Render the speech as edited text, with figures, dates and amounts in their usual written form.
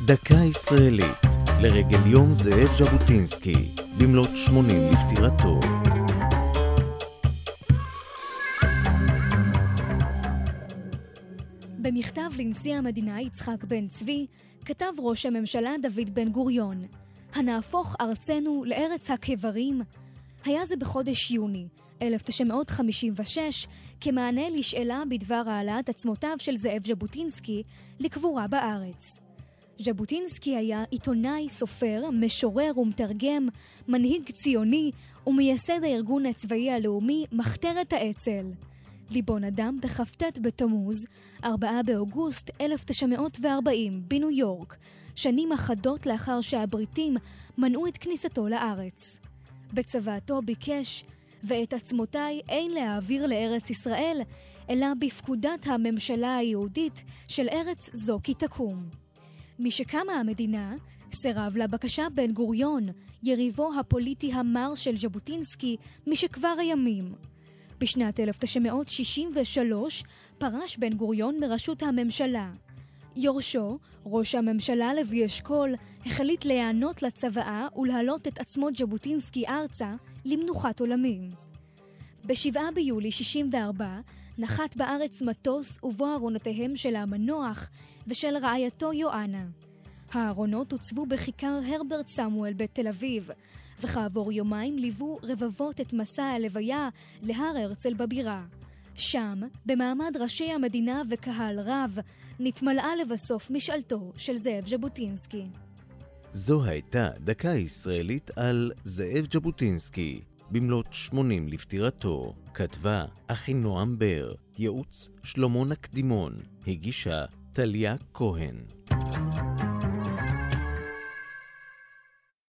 דקה ישראלית לרגל יום זאב ז'בוטינסקי במלאת 80 לפטירתו. במכתב לנשיא המדינה יצחק בן צבי כתב ראש הממשלה דוד בן גוריון: הנהפוך ארצנו לארץ הקברים. היה זה בחודש יוני 1956 כמענה לשאלה בדבר העלאת עצמותיו של זאב ז'בוטינסקי לקבורה בארץ. ז'בוטינסקי היה עיתונאי, סופר, משורר ומתרגם, מנהיג ציוני ומייסד הארגון הצבאי הלאומי מחתרת האצ"ל. ליבו נדם בכ"ט בתמוז, 4 באוגוסט 1940, בניו יורק, שנים אחדות לאחר שהבריטים מנעו את כניסתו לארץ. בצוואתו ביקש: ואת עצמותיי אין להעביר לארץ ישראל, אלא בפקודת הממשלה היהודית של ארץ זו כי תקום. משקמה המדינה, סירב לבקשה בן גוריון, יריבו הפוליטי המר של ז'בוטינסקי משכבר הימים. בשנת 1963 פרש בן גוריון מראשות הממשלה. יורשו, ראש הממשלה לוי אשכול, החליט להיענות לצוואה ולהעלות את עצמות ז'בוטינסקי ארצה למנוחת עולמים. ב7 ביולי 64 נחת בארץ מטוס ובו ארונותיהם של המנוח ושל רעייתו יואנה. הארונות הוצבו בכיכר הרברט סמואל בתל אביב, וכעבור יומיים ליוו רבבות את מסע הלוויה להר הרצל בבירה. שם, במעמד ראשי המדינה וקהל רב, נתמלאה לבסוף משאלתו של זאב ז'בוטינסקי. זו הייתה דקה ישראלית על זאב ז'בוטינסקי במלאת 80 לפטירתו. כתבה אחינועם בר, ייעוץ שלמה נקדימון, הגישה טליה כהן.